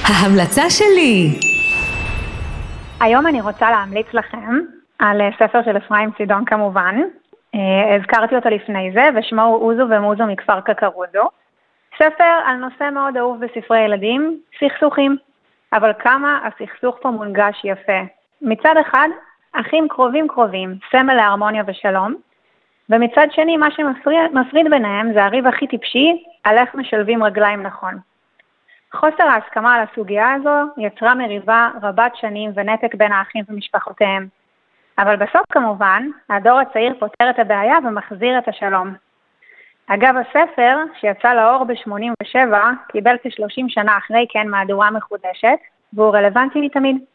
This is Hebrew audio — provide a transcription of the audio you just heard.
ההמלצה שלי. היום אני רוצה להמליץ לכם על ספר של אפרים צידון כמובן. הזכרתי אותו לפני זה, ושמו הוא אוזו ומוזו מכפר קקרוזו. ספר על נושא מאוד אהוב בספרי ילדים, סכסוכים. אבל כמה הסכסוך פה מונגש יפה. מצד אחד, אחים קרובים, סמל להרמוניה ושלום, ומצד שני, מה שמפריד ביניהם זה הריב הכי טיפשי, על איך משלבים רגליים נכון. חוסר ההסכמה על הסוגיה הזו יצרה מריבה רבת שנים ונתק בין האחים ומשפחותיהם. אבל בסוף כמובן, הדור הצעיר פותר את הבעיה ומחזיר את השלום. אגב, הספר שיצא לאור ב-87 קיבל כ-30 שנה אחרי כן מהדורה מחודשת, והוא רלוונטי מתמיד.